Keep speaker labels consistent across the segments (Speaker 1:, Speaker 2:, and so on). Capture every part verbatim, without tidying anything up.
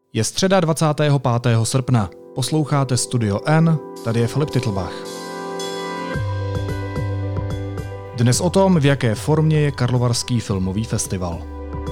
Speaker 1: Je středa dvacátého pátého srpna. Posloucháte Studio N, tady je Filip Titlbach. Dnes o tom, v jaké formě je Karlovarský filmový festival.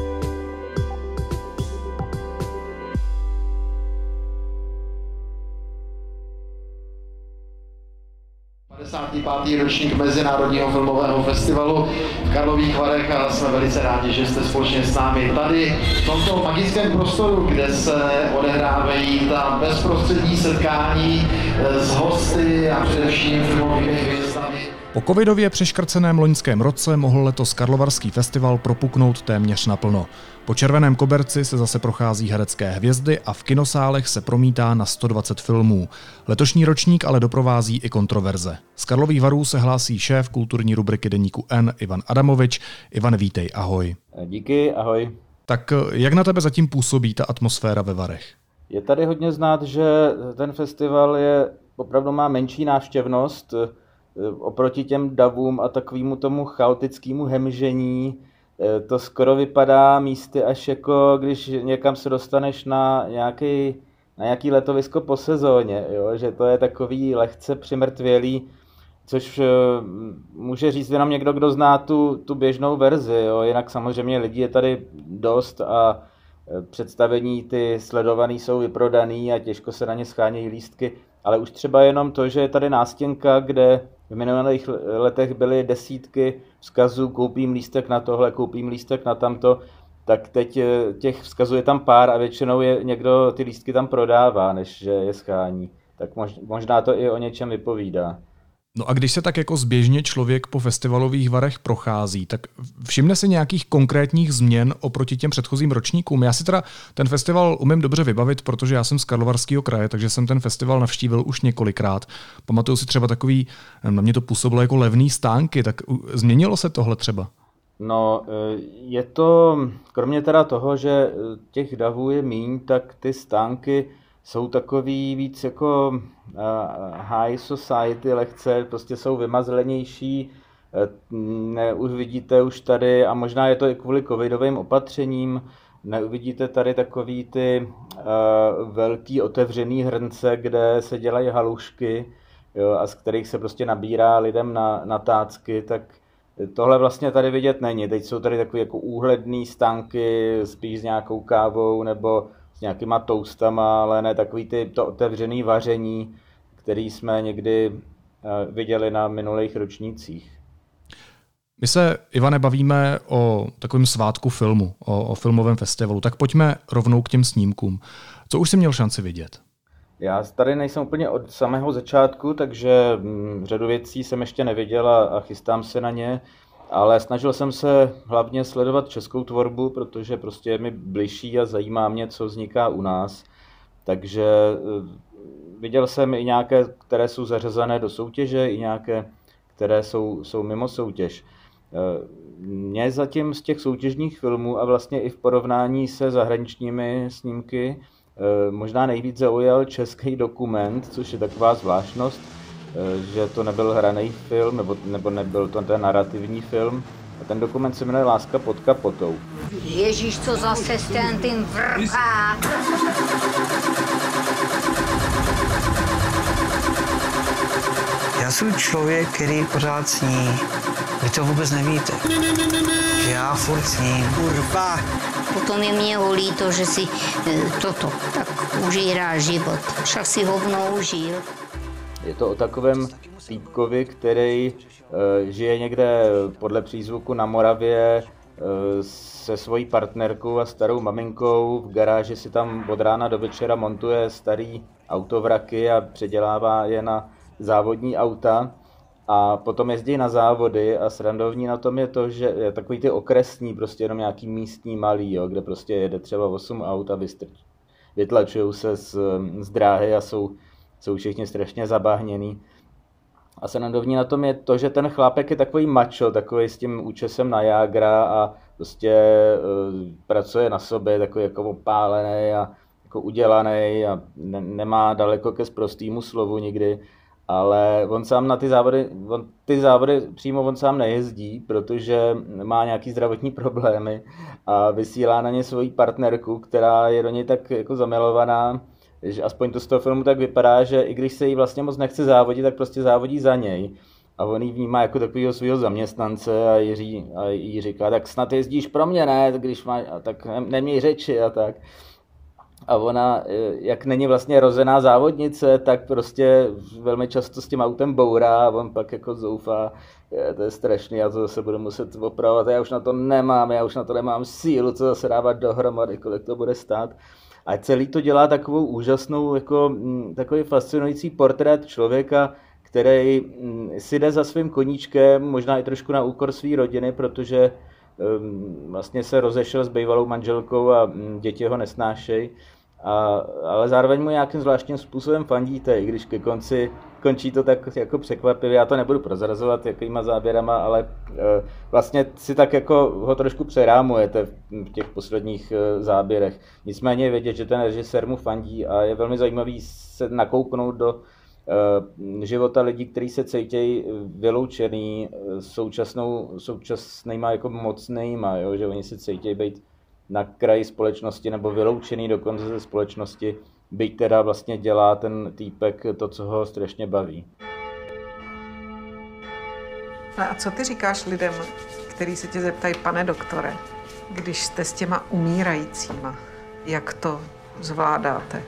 Speaker 2: padesátý pátý ročník Mezinárodního filmového festivalu v Karlových Varech a jsme velice rádi, že jste společně s námi tady v tomto magickém prostoru, kde se odehrávají ta bezprostřední setkání s hosty a především filmovými hvězdami.
Speaker 1: Po covidově přeškrceném loňském roce mohl letos Karlovarský festival propuknout téměř naplno. Po červeném koberci se zase prochází herecké hvězdy a v kinosálech se promítá na sto dvacet filmů. Letošní ročník ale doprovází i kontroverze. Z Karlových Varů se hlásí šéf kulturní rubriky deníku N Ivan Adamovič. Ivan, vítej, ahoj.
Speaker 3: Díky, ahoj.
Speaker 1: Tak jak na tebe zatím působí ta atmosféra ve Varech?
Speaker 3: Je tady hodně znát, že ten festival je opravdu má menší návštěvnost oproti těm davům a takovému tomu chaotickému hemžení. To skoro vypadá místy až jako, když někam se dostaneš na nějaký, na nějaký letovisko po sezóně, jo? Že to je takový lehce přimrtvělý, což může říct jenom někdo, kdo zná tu, tu běžnou verzi. Jo? Jinak samozřejmě lidí je tady dost a představení ty sledovaný jsou vyprodaný a těžko se na ně schánějí lístky, ale už třeba jenom to, že je tady nástěnka, kde v minulých letech byly desítky vzkazů, koupím lístek na tohle, koupím lístek na tamto, tak teď těch vzkazů je tam pár a většinou je někdo ty lístky tam prodává, než že je schání. Tak možná to i o něčem vypovídá.
Speaker 1: No a když se tak jako zběžně člověk po festivalových Varech prochází, tak všimne si nějakých konkrétních změn oproti těm předchozím ročníkům? Já si teda ten festival umím dobře vybavit, protože já jsem z Karlovarského kraje, takže jsem ten festival navštívil už několikrát. Pamatuju si třeba takový, na mě to působilo jako levný stánky, tak změnilo se tohle třeba?
Speaker 3: No, je to, kromě teda toho, že těch davů je míň, tak ty stánky jsou takový víc jako uh, high society lehce, prostě jsou vymazlenější, neuvidíte už tady, a možná je to i kvůli covidovým opatřením, neuvidíte tady takový ty uh, velký otevřený hrnce, kde se dělají halušky, jo, a z kterých se prostě nabírá lidem na, na tácky, tak tohle vlastně tady vidět není. Teď jsou tady takové jako úhledný stánky, spíš s nějakou kávou nebo s nějakýma toastama, ale ne takový ty to otevřený vaření, který jsme někdy viděli na minulých ročnících.
Speaker 1: My se, Ivane, bavíme o takovém svátku filmu, o, o filmovém festivalu, tak pojďme rovnou k těm snímkům. Co už jsi měl šanci vidět?
Speaker 3: Já tady nejsem úplně od samého začátku, takže řadu věcí jsem ještě neviděl a, a chystám se na ně. Ale snažil jsem se hlavně sledovat českou tvorbu, protože prostě je mi bližší a zajímá mě, co vzniká u nás. Takže viděl jsem i nějaké, které jsou zařazené do soutěže, i nějaké, které jsou, jsou mimo soutěž. Mě zatím z těch soutěžních filmů a vlastně i v porovnání se zahraničními snímky možná nejvíc zaujal český dokument, což je taková zvláštnost, že to nebyl hraný film, nebo, nebo nebyl to ten narrativní film. A ten dokument se jmenuje Láska pod kapotou.
Speaker 4: Ježíš, co zase s tím vrchá?
Speaker 5: Já jsem člověk, který pořád sní. Vy to vůbec nevíte. Že já furt sním. Kurva.
Speaker 4: Potom je mě ho líto, že si toto tak užírá život. Však si hovno užil.
Speaker 3: Je to o takovém týpkovi, který e, žije někde podle přízvuku na Moravě e, se svojí partnerkou a starou maminkou. V garáži si tam od rána do večera montuje starý autovraky a předělává je na závodní auta. A potom jezdí na závody a srandovní na tom je to, že je takový ty okresní, prostě jenom nějaký místní malý, jo, kde prostě jede třeba osm aut a vytlačují se z, z dráhy a jsou jsou všichni strašně zabahněný. A srandovní na tom je to, že ten chlápek je takový macho, takový s tím účesem na jágra a prostě uh, pracuje na sobě, takový jako opálený a jako udělaný a ne, nemá daleko ke sprostýmu slovu nikdy. ale on sám na ty závody, on ty závody přímo on sám nejezdí, protože má nějaký zdravotní problémy a vysílá na ně svoji partnerku, která je do něj tak jako zamilovaná, že aspoň to z toho filmu tak vypadá, že i když se jí vlastně moc nechce závodit, tak prostě závodí za něj. A on ji vnímá jako takového svého zaměstnance a jí, a jí říká, tak snad jezdíš pro mě, ne, když máš, a tak ne, neměj řeči a tak. A ona, jak není vlastně rozená závodnice, tak prostě velmi často s tím autem bourá a on pak jako zoufá, je, to je strašný, já to zase budu muset opravovat, já už na to nemám, já už na to nemám sílu, co zase dávat dohromady, kolik to bude stát. A celý to dělá takovou úžasnou, jako, takový fascinující portrét člověka, který si jde za svým koníčkem, možná i trošku na úkor své rodiny, protože um, vlastně se rozešel s bývalou manželkou a um, děti ho nesnášejí. A, ale zároveň mu nějakým zvláštním způsobem fandíte, i když ke konci končí to tak jako překvapivě. Já to nebudu prozrazovat, jakýma záběrama, ale e, vlastně si tak jako ho trošku přerámujete v, v těch posledních e, záběrech. Nicméně je vědět, že ten režisér mu fandí a je velmi zajímavý se nakouknout do e, života lidí, kteří se cítějí vyloučený současnou, současnýma jako mocnýma, jo? Že oni se cítějí být na kraji společnosti nebo vyloučený dokonce ze společnosti, byť teda vlastně dělá ten týpek to, co ho strašně baví.
Speaker 6: No a co ty říkáš lidem, kteří se tě zeptají, pane doktore, když jste s těma umírajícíma, jak to zvládáte?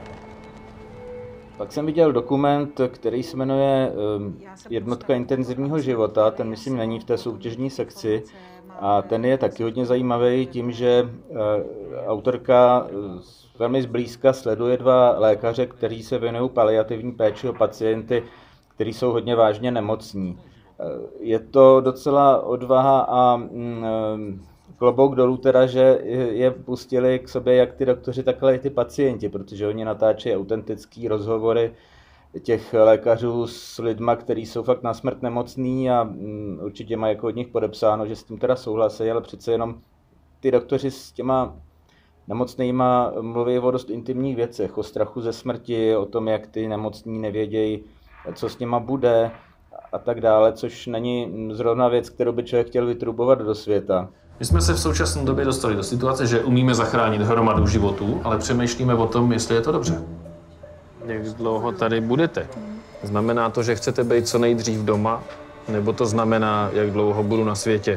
Speaker 3: Pak jsem viděl dokument, který se jmenuje Jednotka intenzivního života, ten myslím není v té soutěžní sekci, a ten je taky hodně zajímavý tím, že autorka velmi zblízka sleduje dva lékaře, kteří se věnují paliativní péči o pacienty, kteří jsou hodně vážně nemocní. Je to docela odvaha a klobouk dolů teda, že je pustili k sobě jak ty doktoři, takhle i ty pacienti, protože oni natáčejí autentický rozhovory těch lékařů s lidma, kteří jsou fakt na smrt nemocný a určitě mají jako od nich podepsáno, že s tím teda souhlasí, ale přece jenom ty doktoři s těma nemocnýma mluví o dost intimních věcech, o strachu ze smrti, o tom, jak ty nemocní nevědějí, co s nima bude a tak dále, což není zrovna věc, kterou by člověk chtěl vytrubovat do světa.
Speaker 7: My jsme se v současné době dostali do situace, že umíme zachránit hromadu životů, ale přemýšlíme o tom, jestli je to dobře. Jak dlouho tady budete? Znamená to, že chcete být co nejdřív doma? Nebo to znamená, jak dlouho budu na světě?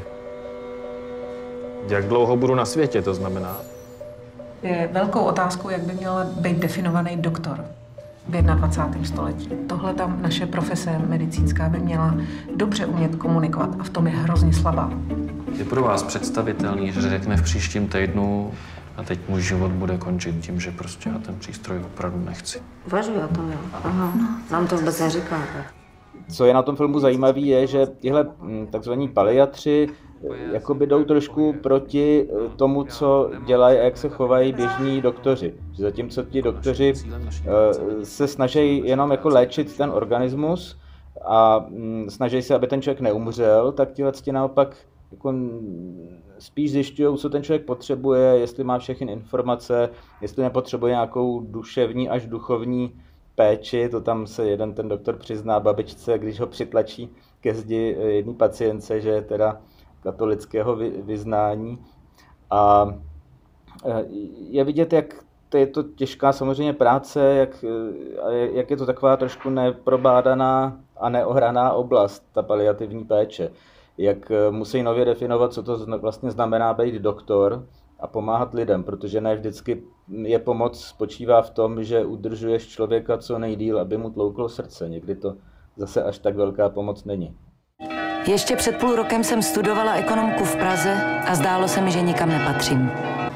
Speaker 7: Jak dlouho budu na světě, to znamená?
Speaker 6: Je velkou otázkou, jak by měl být definovaný doktor v dvacátém prvním století. Tohle tam naše profese medicínská by měla dobře umět komunikovat a v tom je hrozně slabá.
Speaker 7: Je pro vás představitelný, že řekne v příštím týdnu a teď můj život bude končit tím, že prostě já ten přístroj opravdu nechci.
Speaker 8: Uvažuji o tom, jo. Aha. Nám to vůbec neříkáte.
Speaker 3: Co je na tom filmu zajímavé, je, že tihle takzvaní paliatři jakoby jdou trošku proti tomu, co dělají a jak se chovají běžní doktoři. Zatímco ti doktoři se snaží jenom jako léčit ten organismus a snaží se, aby ten člověk neumřel, tak ti naopak jako spíš zjišťují, co ten člověk potřebuje, jestli má všechny informace, jestli nepotřebuje nějakou duševní až duchovní péči. To tam se jeden ten doktor přizná babičce, když ho přitlačí ke zdi jedné pacientce, že je teda katolického vyznání. A je vidět, jak to je to těžká samozřejmě práce, jak, jak je to taková trošku neprobádaná a neohraná oblast, ta paliativní péče. Jak musí nově definovat, co to vlastně znamená být doktor a pomáhat lidem, protože ne vždycky je pomoc spočívá v tom, že udržuješ člověka co nejdýl, aby mu tlouklo srdce. Někdy to zase až tak velká pomoc není.
Speaker 9: Ještě před půl rokem jsem studovala ekonomku v Praze a zdálo se mi, že nikam nepatřím.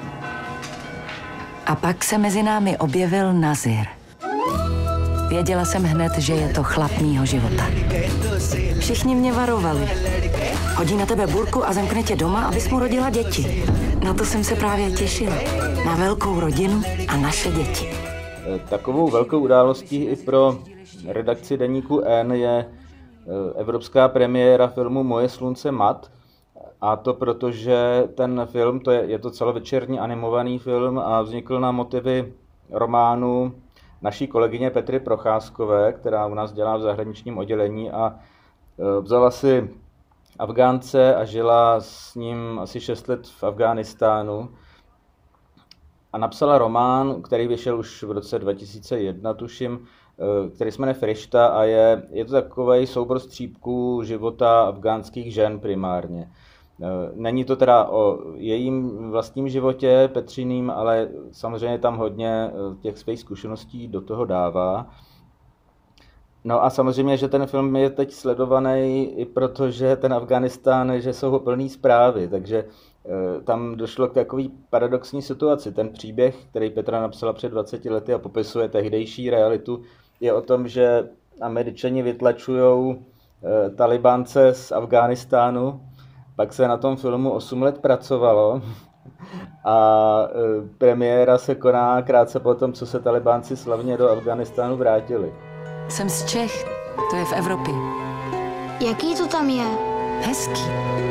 Speaker 9: A pak se mezi námi objevil Nazir. Věděla jsem hned, že je to chlap mýho života. Všichni mě varovali. Hodí na tebe burku a zamkne tě doma, abys mu rodila děti. Na to jsem se právě těšila. Na velkou rodinu a naše děti.
Speaker 3: Takovou velkou událostí i pro redakci deníku N je evropská premiéra filmu Moje slunce mat. A to proto, že ten film, to je, je to celovečerní animovaný film a vznikl na motivy románu naší kolegyně Petry Procházkové, která u nás dělá v zahraničním oddělení a vzala si Afgánce a žila s ním asi šest let v Afghánistánu a napsala román, který vyšel už v roce dva tisíce jedna, tuším, který se jmenuje Frišta a je, je to takovej soubor střípků života afgánských žen primárně. Není to teda o jejím vlastním životě Petřiným, ale samozřejmě tam hodně těch svých zkušeností do toho dává. No a samozřejmě, že ten film je teď sledovaný i proto, že ten Afghánistán, že jsou ho plný zprávy, takže tam došlo k takový paradoxní situaci. Ten příběh, který Petra napsala před dvaceti lety a popisuje tehdejší realitu, je o tom, že Američani vytlačují Talibánce z Afghánistánu. Pak se na tom filmu osm let pracovalo a premiéra se koná krátce po tom, co se Talibánci slavně do Afghánistánu vrátili.
Speaker 9: Jsem z Čech, to je v Evropě.
Speaker 10: Jaký to tam je?
Speaker 9: Hezký.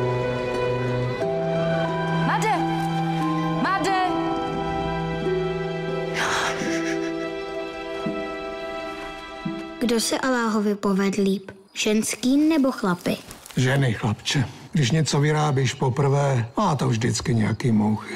Speaker 9: Made! Made!
Speaker 10: Kdo se Aláhovi povedl líp? Ženský nebo chlapy?
Speaker 11: Ženy, chlapče. Když něco vyrábíš poprvé, má to vždycky nějaký mouchy.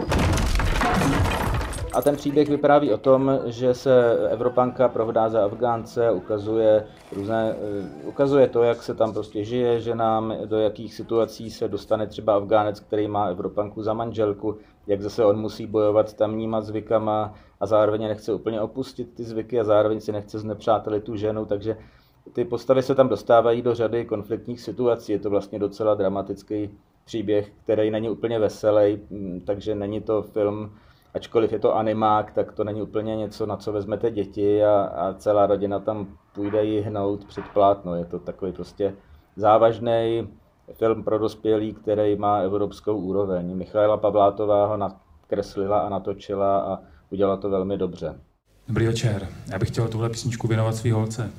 Speaker 3: A ten příběh vypráví o tom, že se Evropanka provdá za Afgánce, ukazuje, různé, ukazuje to, jak se tam prostě žije ženám, do jakých situací se dostane třeba Afgánec, který má Evropanku za manželku, jak zase on musí bojovat s tamníma zvykama a zároveň nechce úplně opustit ty zvyky a zároveň si nechce znepřátelit tu ženu, takže ty postavy se tam dostávají do řady konfliktních situací. Je to vlastně docela dramatický příběh, který není úplně veselý, takže není to film, ačkoliv je to animák, tak to není úplně něco, na co vezmete děti a, a celá rodina tam půjde jí hnout před plátno. Je to takový prostě závažný film pro dospělý, který má evropskou úroveň. Michaela Pavlátová ho nakreslila a natočila a udělala to velmi dobře.
Speaker 12: Dobrý večer. Já bych chtěl tuhle písničku věnovat svý holce.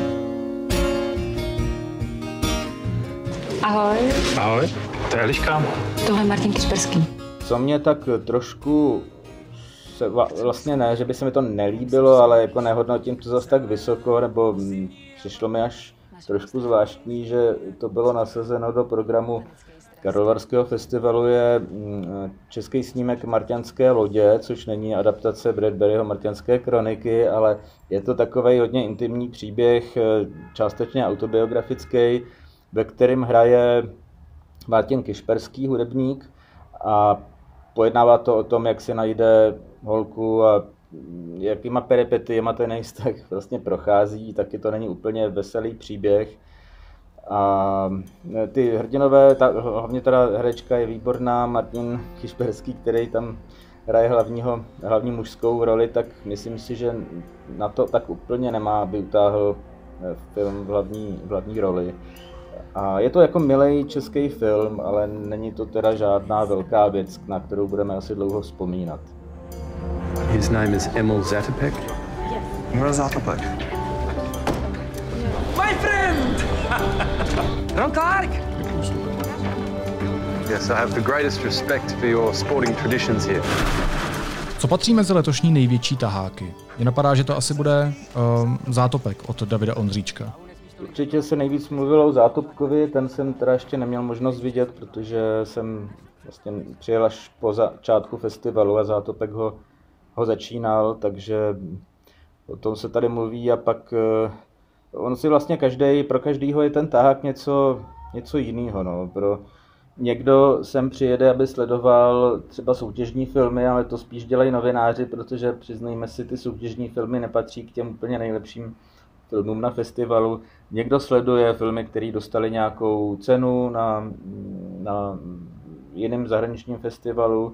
Speaker 9: Ahoj.
Speaker 12: Ahoj, to je Eliška.
Speaker 9: Tohle je Martin Kišperský.
Speaker 3: Co mě tak trošku, se, vlastně ne, že by se mi to nelíbilo, ale jako nehodnotím to zase tak vysoko, nebo přišlo mi až trošku zvláštní, že to bylo nasazeno do programu Karlovarského festivalu, je český snímek Marťanské lodě, což není adaptace Bradburyho Marťanské kroniky, ale je to takovej hodně intimní příběh, částečně autobiografický, ve kterém hraje Martin Kišperský, hudebník, a pojednává to o tom, jak si najde holku a jakýma peripetiema ten vztah vlastně prochází, taky to není úplně veselý příběh. A ty hrdinové, ta, hlavně teda herečka je výborná, Martin Kišperský, který tam hraje hlavního, hlavní mužskou roli, tak myslím si, že na to tak úplně nemá, aby utáhl film v hlavní, v hlavní roli. A je to jako milej český film, ale není to teda žádná velká věc, na kterou budeme asi dlouho vzpomínat.
Speaker 13: His name is Emil Zatopek.
Speaker 5: Emil Zatopek.
Speaker 13: My friend! Ron Clark! Yes, I have the greatest respect for your sporting traditions here.
Speaker 1: Co patří mezi letošní největší taháky? Mně napadá, že to asi bude um, Zátopek od Davida Ondříčka.
Speaker 3: Určitě se nejvíc mluvilo o Zátopkovi, ten jsem teda ještě neměl možnost vidět, protože jsem vlastně přijel až po začátku festivalu a Zátopek ho, ho začínal, takže o tom se tady mluví a pak on si vlastně každý, pro každýho je ten tahák něco, něco jiného. No. Pro někdo sem přijede, aby sledoval třeba soutěžní filmy, ale to spíš dělají novináři, protože přiznejme si, ty soutěžní filmy nepatří k těm úplně nejlepším filmům na festivalu. Někdo sleduje filmy, které dostaly nějakou cenu na, na jiném zahraničním festivalu.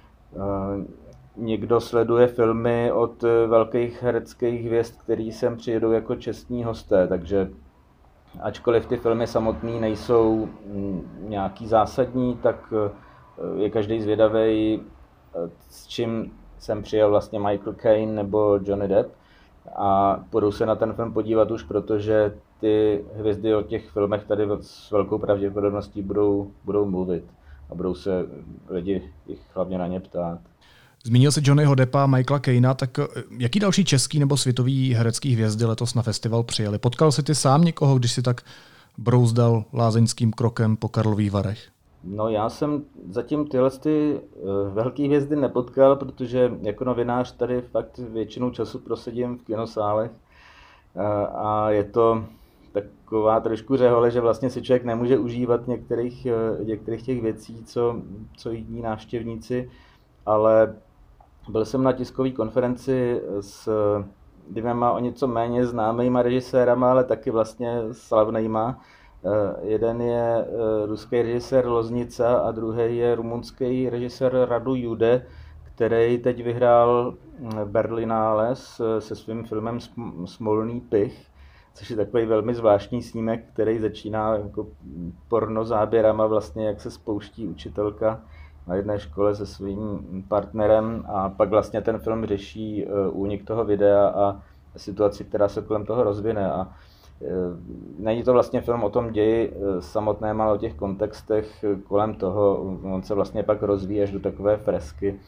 Speaker 3: Někdo sleduje filmy od velkých hereckých hvězd, který sem přijedou jako čestní hosté, takže ačkoliv ty filmy samotný nejsou nějaký zásadní, tak je každý zvědavý, s čím sem přijel vlastně Michael Caine nebo Johnny Depp. A budou se na ten film podívat už, protože ty hvězdy o těch filmech tady s velkou pravděpodobností budou, budou mluvit a budou se lidi jich hlavně na ně ptát.
Speaker 1: Zmínil si Johnnyho Deppa, Michaela Caina, tak jaký další český nebo světový herecký hvězdy letos na festival přijeli? Potkal jsi ty sám někoho, když si tak brouzdal lázeňským krokem po Karlových Varech?
Speaker 3: No já jsem zatím tyhle ty uh, velký hvězdy nepotkal, protože jako novinář tady fakt většinou času prosedím v kinosálech uh, a je to taková trošku řehole, že vlastně si člověk nemůže užívat některých, uh, některých těch věcí, co, co jiní návštěvníci, ale byl jsem na tiskové konferenci s dvěma o něco méně známýma režisérama, ale taky vlastně slavnýma. Jeden je ruský režisér Loznica a druhý je rumunský režisér Radu Jude, který teď vyhrál Berlinale se svým filmem Smolný pych, což je takový velmi zvláštní snímek, který začíná jako porno záběrama, vlastně jak se spouští učitelka na jedné škole se svým partnerem a pak vlastně ten film řeší únik toho videa a situaci, která se kolem toho rozvine. A není to vlastně film o tom ději samotném, ale o těch kontextech kolem toho. On se vlastně pak rozvíjí až do takové fresky,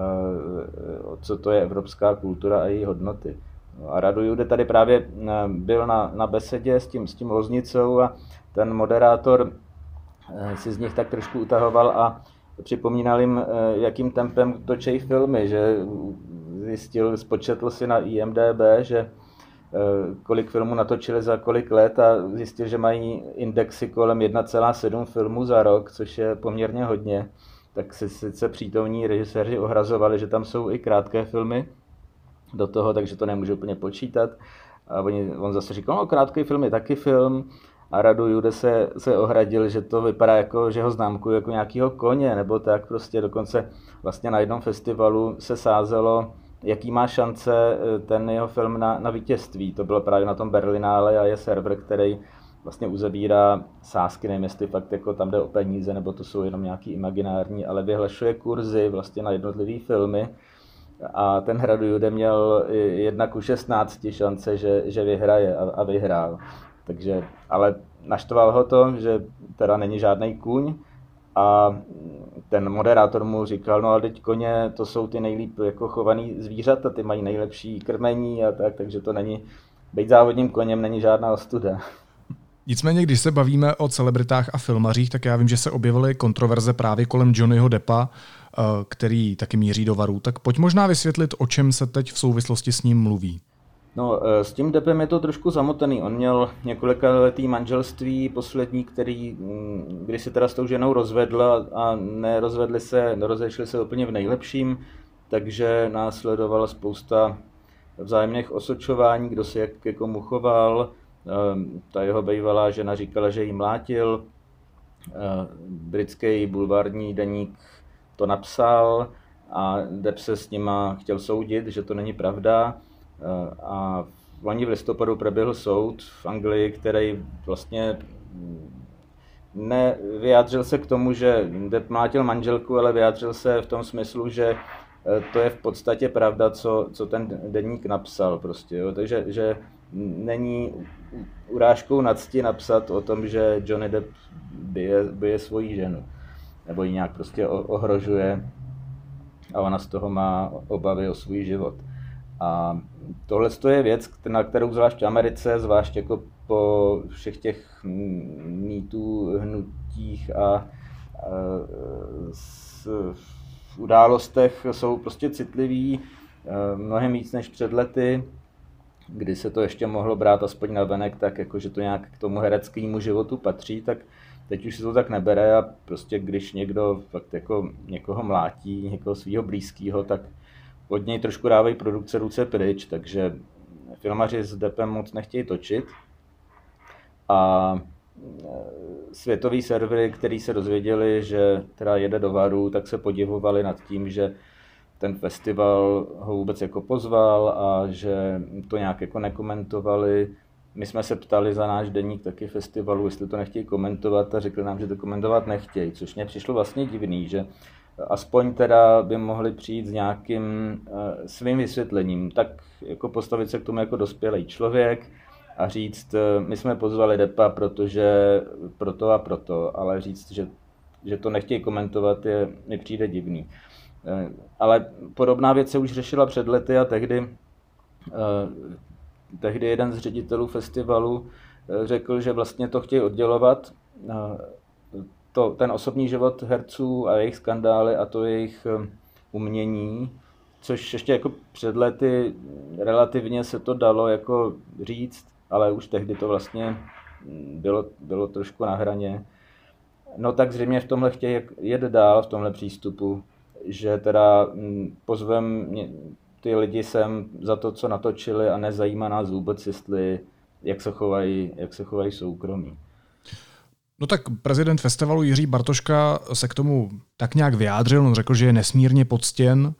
Speaker 3: co to je evropská kultura a její hodnoty. A Radu Jude tady právě byl na, na besedě s tím, s tím Loznicou a ten moderátor si z nich tak trošku utahoval a připomínal jim, jakým tempem točí filmy, že zjistil, spočetl si na I M D B, že kolik filmů natočili za kolik let a zjistil, že mají indexy kolem jedna celá sedm filmů za rok, což je poměrně hodně. Tak si sice přítomní režiséři ohrazovali, že tam jsou i krátké filmy do toho, takže to nemůžu úplně počítat. A oni, on zase říkal, no krátký film je taky film. A Radu Jude se, se ohradil, že to vypadá jako, že ho známkují jako nějakýho koně, nebo tak prostě dokonce vlastně na jednom festivalu se sázelo, jaký má šance ten jeho film na, na vítězství. To bylo právě na tom Berlinále a je server, který vlastně uzabírá sázky, nevím jestli fakt jako tam jde o peníze, nebo to jsou jenom nějaký imaginární, ale vyhlašuje kurzy vlastně na jednotlivý filmy. A ten Radu Jude měl jedna ku šestnácti šance, že, že vyhraje a, a vyhrál. Takže, ale naštval ho to, že teda není žádný kůň a ten moderátor mu říkal, no ale teď koně, to jsou ty nejlíp jako chovaný zvířata, ty mají nejlepší krmení a tak, takže to není, být závodním koněm není žádná ostuda.
Speaker 1: Nicméně, když se bavíme o celebritách a filmařích, tak já vím, že se objevily kontroverze právě kolem Johnnyho Deppa, který taky míří do varu. Tak pojď možná vysvětlit, o čem se teď v souvislosti s ním mluví.
Speaker 3: No, s tím Deppem je to trošku zamotaný. On měl několikaletý manželství, poslední, který, když se teda s tou ženou rozvedl a nerozvedli se, nerozešli se úplně v nejlepším, takže následovala spousta vzájemných osočování, kdo se jak ke komu choval. Ta jeho bývalá žena říkala, že jí mlátil. Britský bulvární deník to napsal a Depp se s nima chtěl soudit, že to není pravda. A loni v listopadu proběhl soud v Anglii, který vlastně nevyjádřil se k tomu, že Depp mlátil manželku, ale vyjádřil se v tom smyslu, že to je v podstatě pravda, co, co ten deník napsal. Prostě, jo. Takže že není urážkou na cti napsat o tom, že Johnny Depp bije, bije svoji ženu, nebo ji nějak prostě ohrožuje a ona z toho má obavy o svůj život. A tohle je věc, na kterou zvlášť v Americe, zvlášť jako po všech těch mýtů, hnutích a, a s, v událostech jsou prostě citliví mnohem víc než před lety, kdy se to ještě mohlo brát aspoň na venek, tak jako, že to nějak k tomu hereckému životu patří, tak teď už se to tak nebere a prostě když někdo fakt jako někoho mlátí, někoho svého blízkého, tak od něj trošku dávají produkce ruce pryč, takže filmaři s Deppem moc nechtějí točit. A světový servery, který se dozvěděli, že teda jede do varu, tak se podivovali nad tím, že ten festival ho vůbec jako pozval a že to nějak jako nekomentovali. My jsme se ptali za náš deník taky festivalu, jestli to nechtějí komentovat a řekli nám, že to komentovat nechtějí, což mě přišlo vlastně divný, že aspoň teda by mohli přijít s nějakým uh, svým vysvětlením, tak jako postavit se k tomu jako dospělý člověk a říct, uh, my jsme pozvali Deppa, protože proto a proto, ale říct, že, že to nechtějí komentovat, je, mi přijde divný. Ale podobná věc se už řešila před lety a tehdy, tehdy jeden z ředitelů festivalu řekl, že vlastně to chtějí oddělovat, to, ten osobní život herců a jejich skandály a to jejich umění, což ještě jako před lety relativně se to dalo jako říct, ale už tehdy to vlastně bylo, bylo trošku na hraně. No tak zřejmě v tomhle chtějí jet dál, v tomhle přístupu, že teda pozvem ty lidi sem za to, co natočili a nezajímá nás vůbec, jestli, jak se chovají, jak se chovají soukromí.
Speaker 1: No tak prezident festivalu Jiří Bartoška se k tomu tak nějak vyjádřil. On řekl, že je nesmírně poctěn,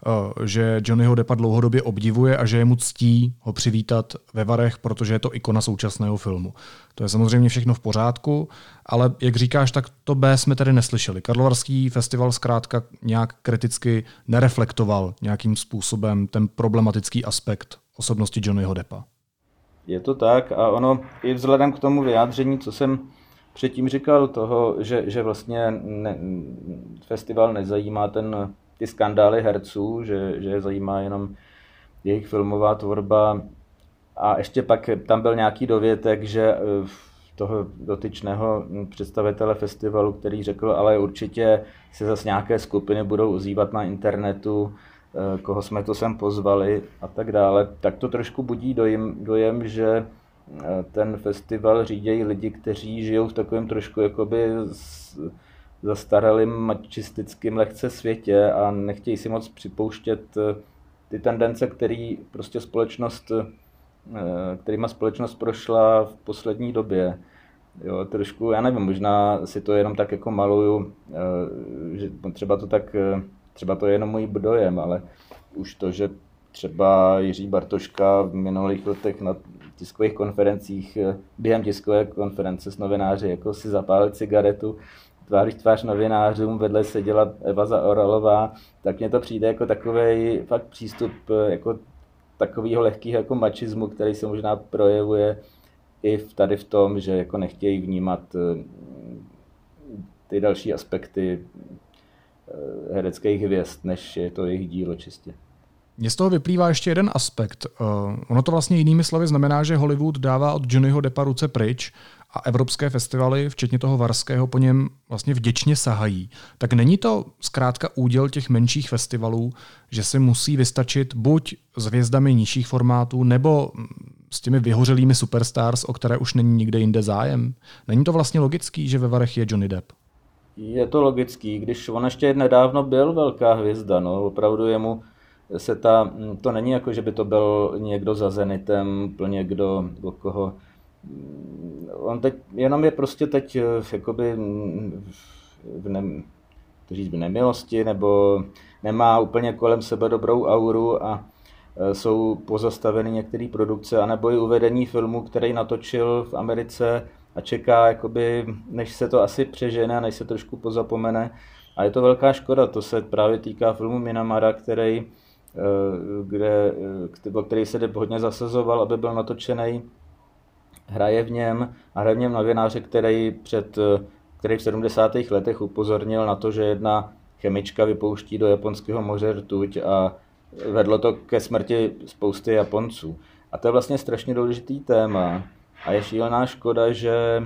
Speaker 1: že Johnnyho Deppa dlouhodobě obdivuje a že je mu ctí ho přivítat ve Varech, protože je to ikona současného filmu. To je samozřejmě všechno v pořádku, ale jak říkáš, tak to B jsme tedy neslyšeli. Karlovarský festival zkrátka nějak kriticky nereflektoval nějakým způsobem ten problematický aspekt osobnosti Johnnyho Deppa.
Speaker 3: Je to tak a ono i vzhledem k tomu vyjádření, co jsem předtím říkal, toho, že, že vlastně ne, festival nezajímá ten, ty skandály herců, že, že je zajímá jenom jejich filmová tvorba. A ještě pak tam byl nějaký dovětek, že toho dotyčného představitele festivalu, který řekl, ale určitě se zase nějaké skupiny budou ozývat na internetu, koho jsme to sem pozvali a tak dále. Tak to trošku budí dojem, dojem že ten festival řídějí lidi, kteří žijou v takovém trošku jakoby zastaralým mačistickým lehce světě a nechtějí si moc připouštět ty tendence, který prostě společnost, kterýma společnost prošla v poslední době. Jo, trošku, já nevím, možná si to jenom tak jako maluju, že třeba to tak, třeba to je jenom můj dojem, ale už to, že třeba Jiří Bartoška v minulých letech na tiskových konferencích, během tiskové konference s novináři, jako si zapálil cigaretu, tváří tvář novinářům, vedle seděla Eva Zaoralová, tak mně to přijde jako takový fakt přístup jako takového lehkého jako mačismu, který se možná projevuje i tady v tom, že jako nechtějí vnímat ty další aspekty hereckých hvězd, než je to jejich dílo čistě.
Speaker 1: Mně z toho vyplývá ještě jeden aspekt. Uh, ono to vlastně jinými slovy znamená, že Hollywood dává od Johnnyho Deppa ruce pryč a evropské festivaly, včetně toho varského, po něm vlastně vděčně sahají. Tak není to zkrátka úděl těch menších festivalů, že si musí vystačit buď s hvězdami nižších formátů, nebo s těmi vyhořelými superstars, o které už není nikde jinde zájem? Není to vlastně logický, že ve Varech je Johnny Depp?
Speaker 3: Je to logický, když on ještě nedávno byl velká hvězda, no, opravdu jemu se ta, to není jako, že by to byl někdo za Zenitem, plně kdo, do koho. On teď, jenom je prostě teď jakoby v, ne, říct, v nemilosti, nebo nemá úplně kolem sebe dobrou auru a jsou pozastaveny některé produkce, anebo i uvedení filmu, který natočil v Americe a čeká, jakoby, než se to asi přežene, než se trošku pozapomene. A je to velká škoda, to se právě týká filmu Minamara, který Kde, o který se Depp hodně zasazoval, aby byl natočený. Hraje v něm a hraje v něm novináře, který, před, který v sedmdesátých letech upozornil na to, že jedna chemička vypouští do japonského moře rtuť a vedlo to ke smrti spousty Japonců. A to je vlastně strašně důležitý téma a je šílená škoda, že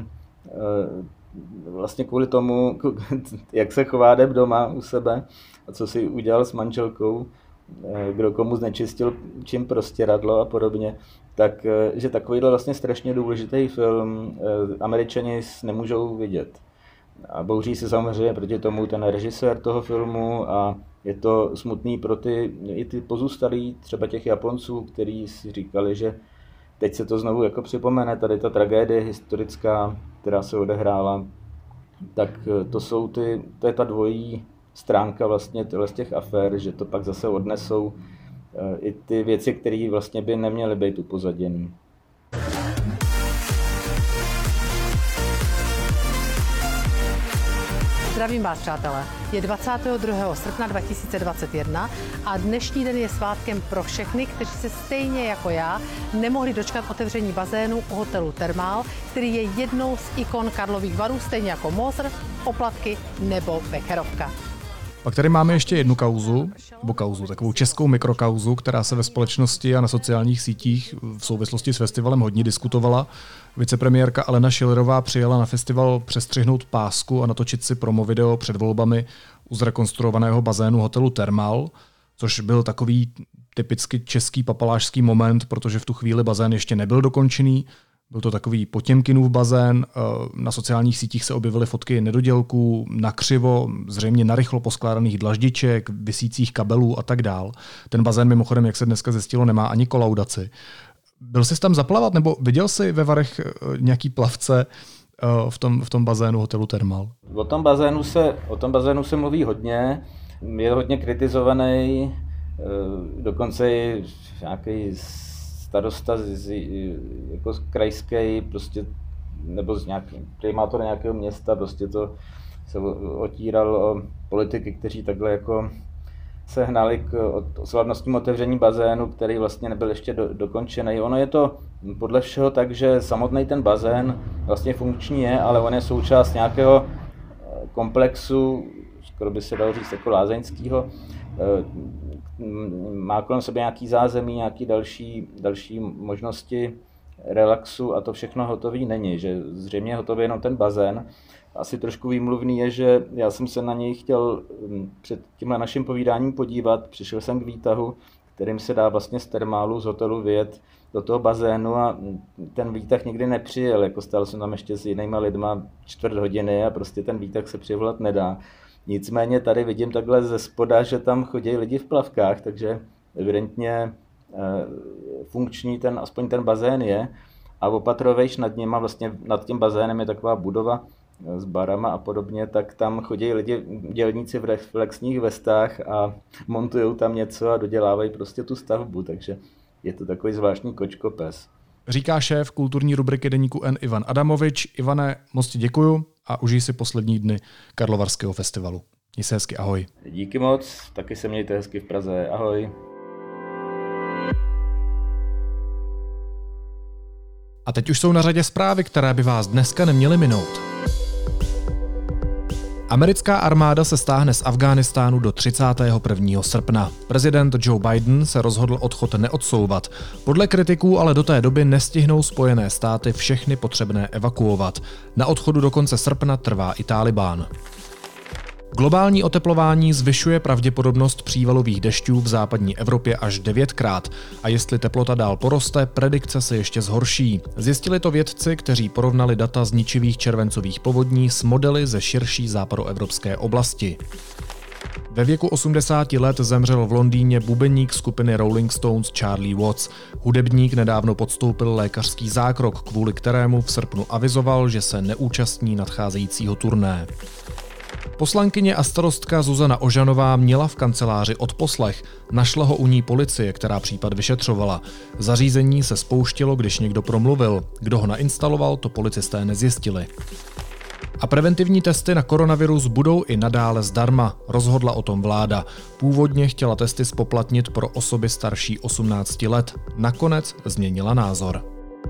Speaker 3: vlastně kvůli tomu, jak se chová Depp doma u sebe a co si udělal s manželkou, kdo komu znečistil čím prostěradlo a podobně, tak že takovýhle vlastně strašně důležitý film Američani nemůžou vidět. A bouří se samozřejmě proti tomu ten režisér toho filmu a je to smutný pro ty, i ty pozůstalí, třeba těch Japonců, kteří si říkali, že teď se to znovu jako připomene, tady ta tragédie historická, která se odehrála, tak to jsou ty, to je ta dvojí stránka vlastně z těch afér, že to pak zase odnesou i ty věci, které vlastně by neměly být upozaděný.
Speaker 14: Zdravím vás, přátelé. Je dvacátého druhého srpna dva tisíce dvacet jedna a dnešní den je svátkem pro všechny, kteří se stejně jako já nemohli dočkat otevření bazénu u hotelu Thermal, který je jednou z ikon Karlových Varů, stejně jako Moser, Oplatky nebo Becherovka.
Speaker 1: Pak tady máme ještě jednu kauzu, nebo kauzu, takovou českou mikrokauzu, která se ve společnosti a na sociálních sítích v souvislosti s festivalem hodně diskutovala. Vicepremiérka Alena Schillerová přijela na festival přestřihnout pásku a natočit si promo video před volbami u zrekonstruovaného bazénu hotelu Thermal, což byl takový typicky český papalášský moment, protože v tu chvíli bazén ještě nebyl dokončený. Byl to takový Potěmkinův bazén, na sociálních sítích se objevily fotky nedodělků, nakřivo, zřejmě narychlo poskládaných dlaždiček, visících kabelů a tak dál. Ten bazén mimochodem, jak se dneska zjistilo, nemá ani kolaudaci. Byl jsi tam zaplavat, nebo viděl jsi ve Varech nějaký plavce v tom, v tom bazénu hotelu Thermal?
Speaker 3: O tom bazénu se, o tom bazénu se mluví hodně, je hodně kritizovaný, dokonce i nějaký starosta z, jako z krajský, prostě, nebo z nějaký, primátor nějakého města, prostě to se otíral o politiky, kteří takhle jako se hnali k slavnostnímu otevření bazénu, který vlastně nebyl ještě do, dokončený. Ono je to podle všeho tak, že samotný ten bazén vlastně funkční je, ale on je součást nějakého komplexu, skoro by se dalo říct jako lázeňského, má kolem sebe nějaký zázemí, nějaký další, další možnosti relaxu a to všechno hotový není, že zřejmě hotový jenom ten bazén. Asi trošku výmluvný je, že já jsem se na něj chtěl před tímhle naším povídáním podívat, přišel jsem k výtahu, kterým se dá vlastně z termálu, z hotelu vyjet do toho bazénu a ten výtah nikdy nepřijel, jako stál jsem tam ještě s jinýma lidma čtvrt hodiny a prostě ten výtah se přivolat nedá. Nicméně tady vidím takhle ze spoda, že tam chodí lidi v plavkách, takže evidentně funkční ten, aspoň ten bazén je. A opatrovejš nad něma, vlastně nad tím bazénem je taková budova s barama a podobně, tak tam chodí lidi, dělníci v reflexních vestách a montujou tam něco a dodělávají prostě tu stavbu, takže je to takový zvláštní kočkopes.
Speaker 1: Říká šéf kulturní rubriky Deníku N Ivan Adamovič. Ivane, moc ti děkuju a užij si poslední dny Karlovarského festivalu. Měj se hezky, ahoj.
Speaker 3: Díky moc, taky se mějte hezky v Praze, ahoj.
Speaker 1: A teď už jsou na řadě zprávy, které by vás dneska neměly minout. Americká armáda se stáhne z Afghánistánu do třicátého prvního srpna. Prezident Joe Biden se rozhodl odchod neodsouvat. Podle kritiků ale do té doby nestihnou Spojené státy všechny potřebné evakuovat. Na odchodu do konce srpna trvá i Tálibán. Globální oteplování zvyšuje pravděpodobnost přívalových dešťů v západní Evropě až devětkrát a jestli teplota dál poroste, predikce se ještě zhorší. Zjistili to vědci, kteří porovnali data z ničivých červencových povodní s modely ze širší západoevropské oblasti. Ve věku osmdesáti let zemřel v Londýně bubeník skupiny Rolling Stones Charlie Watts. Hudebník nedávno podstoupil lékařský zákrok, kvůli kterému v srpnu avizoval, že se neúčastní nadcházejícího turné. Poslankyně a starostka Zuzana Ožanová měla v kanceláři odposlech. Našla ho u ní policie, která případ vyšetřovala. Zařízení se spouštilo, když někdo promluvil. Kdo ho nainstaloval, to policisté nezjistili. A preventivní testy na koronavirus budou i nadále zdarma, rozhodla o tom vláda. Původně chtěla testy spoplatnit pro osoby starší osmnácti let. Nakonec změnila názor.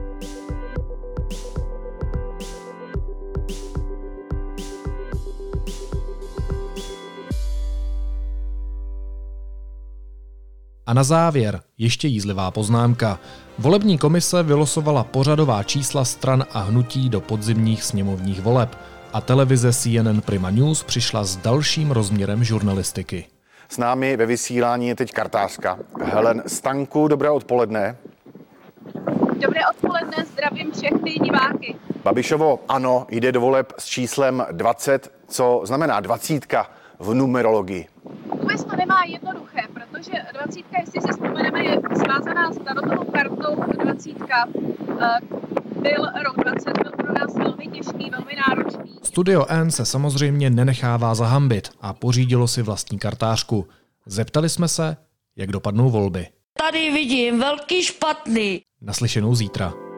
Speaker 1: A na závěr ještě jízlivá poznámka. Volební komise vylosovala pořadová čísla stran a hnutí do podzimních sněmovních voleb a televize C N N Prima News přišla s dalším rozměrem žurnalistiky.
Speaker 15: S námi ve vysílání je teď kartářka Helen Stanku. Dobré odpoledne.
Speaker 16: Dobré odpoledne, zdravím všechny diváky.
Speaker 15: Babišovo ANO jde do voleb s číslem dvacet, co znamená dvacítka v numerologii.
Speaker 16: Vůbec to nemá jednoduché, protože dvacítka, jestli si vzpomeneme, je svázaná s tarotovou kartou dvacítka. Byl rok dvacet, byl pro nás velmi těžký, velmi náročný.
Speaker 1: Studio N se samozřejmě nenechává zahambit a pořídilo si vlastní kartářku. Zeptali jsme se, jak dopadnou volby.
Speaker 17: Tady vidím velký špatný.
Speaker 1: Naslyšenou zítra.